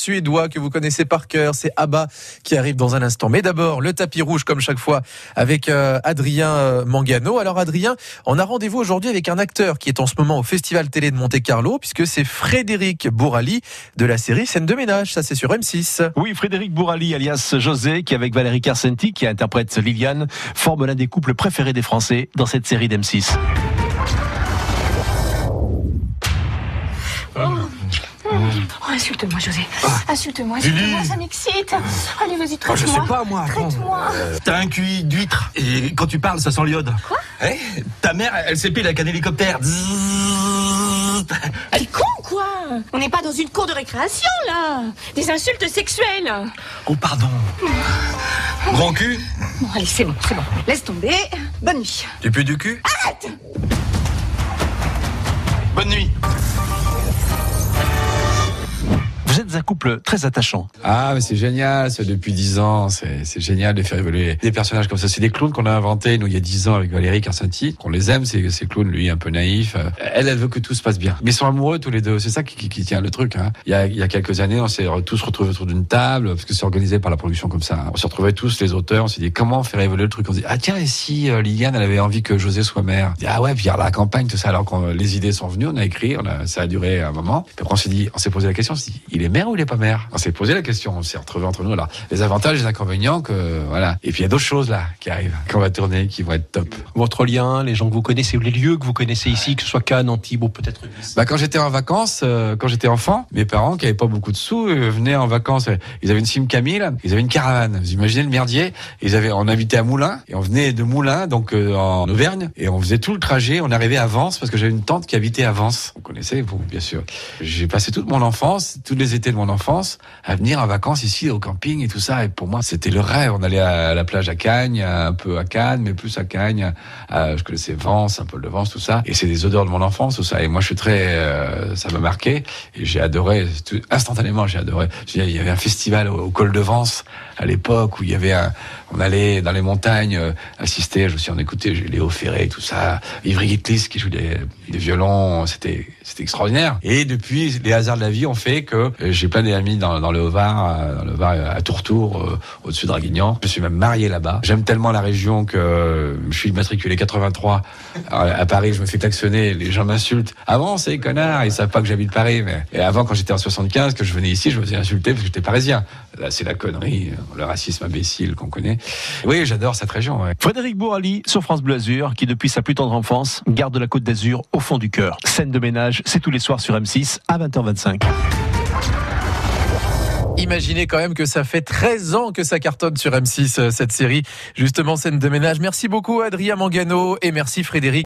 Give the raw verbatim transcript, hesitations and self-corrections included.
suédois que vous connaissez par cœur. C'est ABBA qui arrive dans un instant. Mais d'abord, le tapis rouge comme chaque fois avec euh, Adrien euh, Mangano. Alors Adrien, on a rendez-vous aujourd'hui avec un acteur qui est en ce moment au Festival Télé de Monte-Carlo, puisque c'est Frédéric Bourali de la série Scène de ménage. Ça, c'est sur M six. Oui, Frédéric Bourali, alias José, qui avec Valérie Carcenti, qui interprète Liliane, forme l'un des couples préférés des Français dans cette série d'M six. Oh. Oh, insulte-moi, José. Ah. Insulte-moi, insulte-moi, ça m'excite. Allez, vas-y, traite-moi. Oh, je sais pas, moi. Traite-moi. Euh, t'as un Q I d'huître. Et quand tu parles, ça sent l'iode. Quoi hey, Ta mère, elle s'épile avec un hélicoptère. T'es con, quoi? On n'est pas dans une cour de récréation, là. Des insultes sexuelles. Oh, pardon. Grand cul? Bon, allez, c'est bon, c'est bon. Laisse tomber. Bonne nuit. Tu pues du cul? Arrête! Bonne nuit. Vous êtes un couple très attachant. Ah, mais c'est génial, ça, depuis dix ans, c'est, c'est génial de faire évoluer des personnages comme ça. C'est des clowns qu'on a inventés, nous, il y a dix ans avec Valérie Carcenti. On les aime, ces, ces clowns, lui, un peu naïf. Elle, elle veut que tout se passe bien. Mais ils sont amoureux tous les deux, c'est ça qui, qui, qui tient le truc, hein. Il y a, il y a quelques années, on s'est tous retrouvés autour d'une table, parce que c'est organisé par la production comme ça. On s'est retrouvés tous, les auteurs, on s'est dit, comment faire évoluer le truc? On s'est dit, ah tiens, et si euh, Liliane, elle avait envie que José soit maire? On dit, ah ouais, puis il y a la campagne, tout ça. Alors quand les idées sont venues, on a écrit, on a, ça a duré un moment. Puis après, on s'est dit, on s'est posé la question, on s'est dit, il est maire ou il est pas maire? On s'est posé la question, on s'est retrouvés entre nous là. Les avantages, les inconvénients, que voilà. Et puis il y a d'autres choses là qui arrivent, qu'on va tourner, qui vont être top. Votre lien, les gens que vous connaissez ou les lieux que vous connaissez ici, que ce soit Cannes, Antibes ou peut-être Nice. Bah quand j'étais en vacances, euh, quand j'étais enfant, mes parents qui avaient pas beaucoup de sous euh, venaient en vacances. Ils avaient une Sim Camille, ils avaient une caravane. Vous imaginez le merdier? Ils avaient, on habitait à Moulins et on venait de Moulins, donc euh, en Auvergne, et on faisait tout le trajet. On arrivait à Vence parce que j'avais une tante qui habitait à Vence. Vous connaissez, vous, bien sûr. J'ai passé toute mon enfance, tous les étés de mon enfance, à venir en vacances ici au camping et tout ça. Et pour moi, c'était le rêve. On allait à la plage à Cagnes, un peu à Cannes, mais plus à Cagnes. À, je connaissais Vence, un peu de Vence, tout ça. Et c'est des odeurs de mon enfance, tout ça. Et moi, je suis très, euh, ça m'a marqué. Et j'ai adoré, tout, instantanément, j'ai adoré. Il y avait un festival au, au col de Vence à l'époque où il y avait un, on allait dans les montagnes euh, assister. Je me suis en écouté Léo Ferré, tout ça. Ivry Guitlis qui joue des, des violons. C'était, c'était extraordinaire. Et depuis, les hasards de la vie ont fait que euh, j'ai plein d'amis dans, dans le Haut-Var, dans le Var, à Tourtour, euh, au-dessus de Draguignan. Je suis même marié là-bas. J'aime tellement la région que euh, je suis matriculé quatre-vingt-trois à Paris. Je me fais klaxonner, les gens m'insultent. Avant, c'est connard, ils savent pas que j'habite Paris. Mais et avant, quand j'étais en soixante-quinze, que je venais ici, je me faisais insulter parce que j'étais parisien. Là, c'est la connerie, le racisme imbécile qu'on connaît. Oui, j'adore cette région. Ouais. Frédéric Bourali sur France Bleu Azur, qui depuis sa plus tendre enfance garde la Côte d'Azur au fond du cœur. Scène de ménage, c'est tous les soirs sur M six à vingt heures vingt-cinq. Imaginez quand même que ça fait treize ans que ça cartonne sur M six, cette série, justement Scène de ménage. Merci beaucoup Adrien Mangano et merci Frédéric.